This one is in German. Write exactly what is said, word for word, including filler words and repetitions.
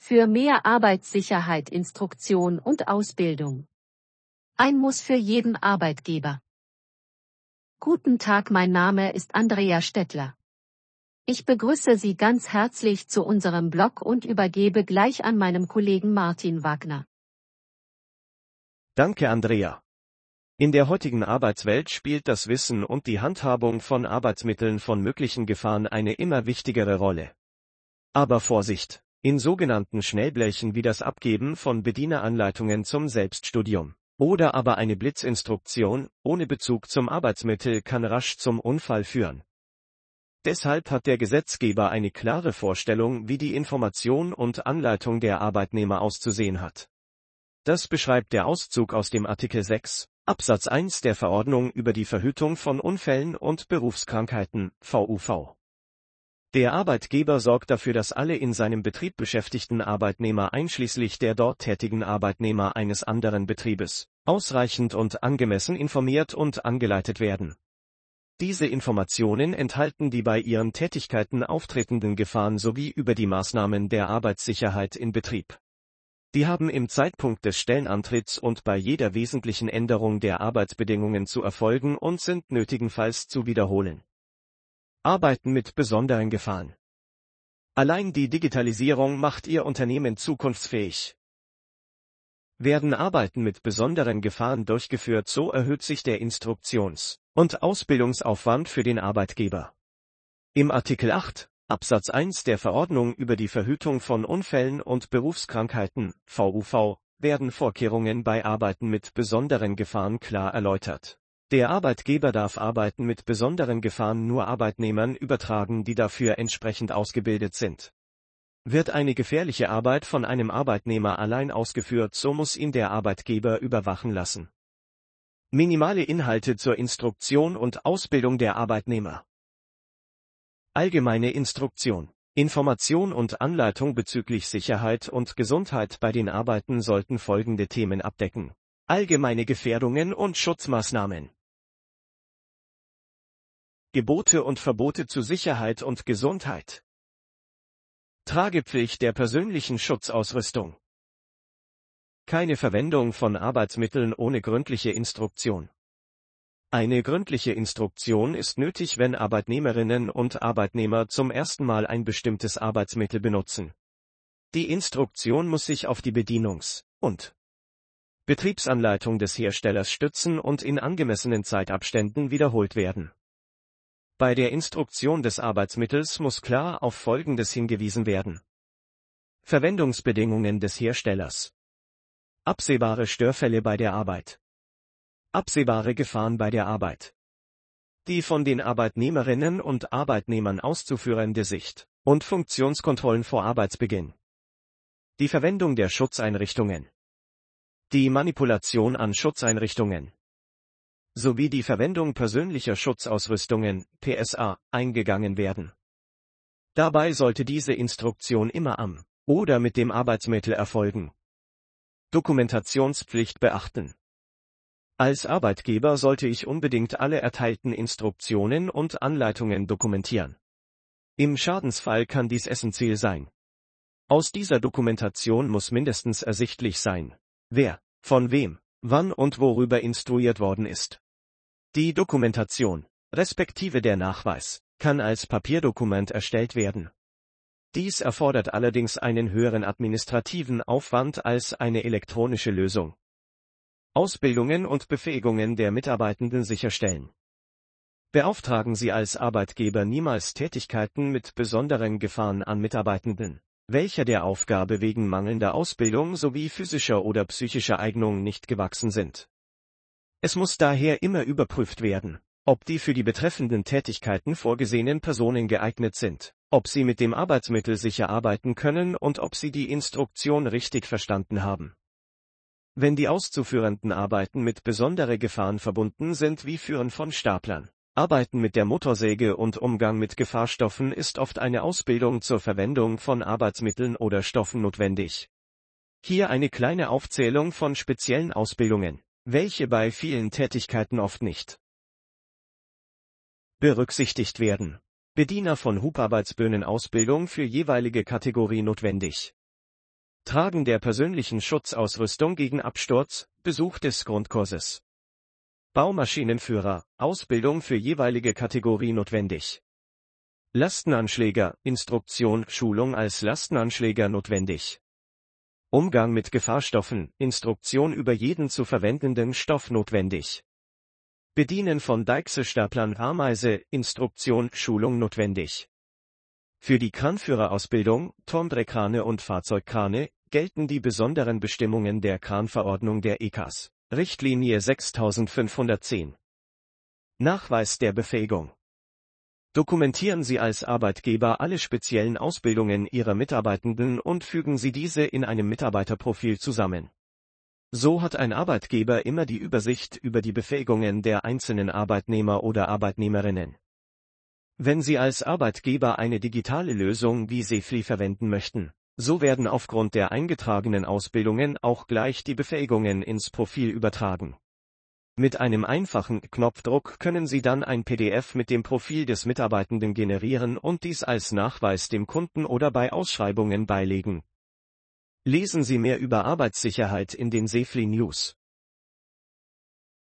Für mehr Arbeitssicherheit, Instruktion und Ausbildung. Ein Muss für jeden Arbeitgeber. Guten Tag, mein Name ist Andrea Stettler. Ich begrüße Sie ganz herzlich zu unserem Blog und übergebe gleich an meinen Kollegen Martin Wagner. Danke, Andrea. In der heutigen Arbeitswelt spielt das Wissen und die Handhabung von Arbeitsmitteln von möglichen Gefahren eine immer wichtigere Rolle. Aber Vorsicht! In sogenannten Schnellblechen wie das Abgeben von Bedieneranleitungen zum Selbststudium oder aber eine Blitzinstruktion ohne Bezug zum Arbeitsmittel kann rasch zum Unfall führen. Deshalb hat der Gesetzgeber eine klare Vorstellung, wie die Information und Anleitung der Arbeitnehmer auszusehen hat. Das beschreibt der Auszug aus dem Artikel sechs, Absatz eins der Verordnung über die Verhütung von Unfällen und Berufskrankheiten, V U V. Der Arbeitgeber sorgt dafür, dass alle in seinem Betrieb beschäftigten Arbeitnehmer einschließlich der dort tätigen Arbeitnehmer eines anderen Betriebes ausreichend und angemessen informiert und angeleitet werden. Diese Informationen enthalten die bei ihren Tätigkeiten auftretenden Gefahren sowie über die Maßnahmen der Arbeitssicherheit in Betrieb. Die haben im Zeitpunkt des Stellenantritts und bei jeder wesentlichen Änderung der Arbeitsbedingungen zu erfolgen und sind nötigenfalls zu wiederholen. Arbeiten mit besonderen Gefahren. Allein die Digitalisierung macht Ihr Unternehmen zukunftsfähig. Werden Arbeiten mit besonderen Gefahren durchgeführt, so erhöht sich der Instruktions- und Ausbildungsaufwand für den Arbeitgeber. Im Artikel acht, Absatz eins der Verordnung über die Verhütung von Unfällen und Berufskrankheiten, V U V, werden Vorkehrungen bei Arbeiten mit besonderen Gefahren klar erläutert. Der Arbeitgeber darf Arbeiten mit besonderen Gefahren nur Arbeitnehmern übertragen, die dafür entsprechend ausgebildet sind. Wird eine gefährliche Arbeit von einem Arbeitnehmer allein ausgeführt, so muss ihn der Arbeitgeber überwachen lassen. Minimale Inhalte zur Instruktion und Ausbildung der Arbeitnehmer. Allgemeine Instruktion, Information und Anleitung bezüglich Sicherheit und Gesundheit bei den Arbeiten sollten folgende Themen abdecken: allgemeine Gefährdungen und Schutzmaßnahmen, Gebote und Verbote zu Sicherheit und Gesundheit, Tragepflicht der persönlichen Schutzausrüstung, keine Verwendung von Arbeitsmitteln ohne gründliche Instruktion. Eine gründliche Instruktion ist nötig, wenn Arbeitnehmerinnen und Arbeitnehmer zum ersten Mal ein bestimmtes Arbeitsmittel benutzen. Die Instruktion muss sich auf die Bedienungs- und Betriebsanleitung des Herstellers stützen und in angemessenen Zeitabständen wiederholt werden. Bei der Instruktion des Arbeitsmittels muss klar auf Folgendes hingewiesen werden: Verwendungsbedingungen des Herstellers, absehbare Störfälle bei der Arbeit, absehbare Gefahren bei der Arbeit, die von den Arbeitnehmerinnen und Arbeitnehmern auszuführende Sicht- und Funktionskontrollen vor Arbeitsbeginn, die Verwendung der Schutzeinrichtungen, die Manipulation an Schutzeinrichtungen sowie die Verwendung persönlicher Schutzausrüstungen, P S A, eingegangen werden. Dabei sollte diese Instruktion immer am oder mit dem Arbeitsmittel erfolgen. Dokumentationspflicht beachten. Als Arbeitgeber sollte ich unbedingt alle erteilten Instruktionen und Anleitungen dokumentieren. Im Schadensfall kann dies essentiell sein. Aus dieser Dokumentation muss mindestens ersichtlich sein, wer, von wem, wann und worüber instruiert worden ist. Die Dokumentation, respektive der Nachweis, kann als Papierdokument erstellt werden. Dies erfordert allerdings einen höheren administrativen Aufwand als eine elektronische Lösung. Ausbildungen und Befähigungen der Mitarbeitenden sicherstellen. Beauftragen Sie als Arbeitgeber niemals Tätigkeiten mit besonderen Gefahren an Mitarbeitenden, welche der Aufgabe wegen mangelnder Ausbildung sowie physischer oder psychischer Eignung nicht gewachsen sind. Es muss daher immer überprüft werden, ob die für die betreffenden Tätigkeiten vorgesehenen Personen geeignet sind, ob sie mit dem Arbeitsmittel sicher arbeiten können und ob sie die Instruktion richtig verstanden haben. Wenn die auszuführenden Arbeiten mit besonderen Gefahren verbunden sind, wie Führen von Staplern, Arbeiten mit der Motorsäge und Umgang mit Gefahrstoffen, ist oft eine Ausbildung zur Verwendung von Arbeitsmitteln oder Stoffen notwendig. Hier eine kleine Aufzählung von speziellen Ausbildungen, welche bei vielen Tätigkeiten oft nicht berücksichtigt werden. Bediener von Hubarbeitsböhnen, Ausbildung für jeweilige Kategorie notwendig. Tragen der persönlichen Schutzausrüstung gegen Absturz, Besuch des Grundkurses. Baumaschinenführer, Ausbildung für jeweilige Kategorie notwendig. Lastenanschläger, Instruktion, Schulung als Lastenanschläger notwendig. Umgang mit Gefahrstoffen, Instruktion über jeden zu verwendenden Stoff notwendig. Bedienen von Deichselstaplern Ameise, Instruktion, Schulung notwendig. Für die Kranführerausbildung, Turmdrehkrane und Fahrzeugkrane, gelten die besonderen Bestimmungen der Kranverordnung der E K S, Richtlinie sechstausendfünfhundertzehn. Nachweis der Befähigung. Dokumentieren Sie als Arbeitgeber alle speziellen Ausbildungen Ihrer Mitarbeitenden und fügen Sie diese in einem Mitarbeiterprofil zusammen. So hat ein Arbeitgeber immer die Übersicht über die Befähigungen der einzelnen Arbeitnehmer oder Arbeitnehmerinnen. Wenn Sie als Arbeitgeber eine digitale Lösung wie Seefli verwenden möchten, so werden aufgrund der eingetragenen Ausbildungen auch gleich die Befähigungen ins Profil übertragen. Mit einem einfachen Knopfdruck können Sie dann ein P D F mit dem Profil des Mitarbeitenden generieren und dies als Nachweis dem Kunden oder bei Ausschreibungen beilegen. Lesen Sie mehr über Arbeitssicherheit in den Seefli News.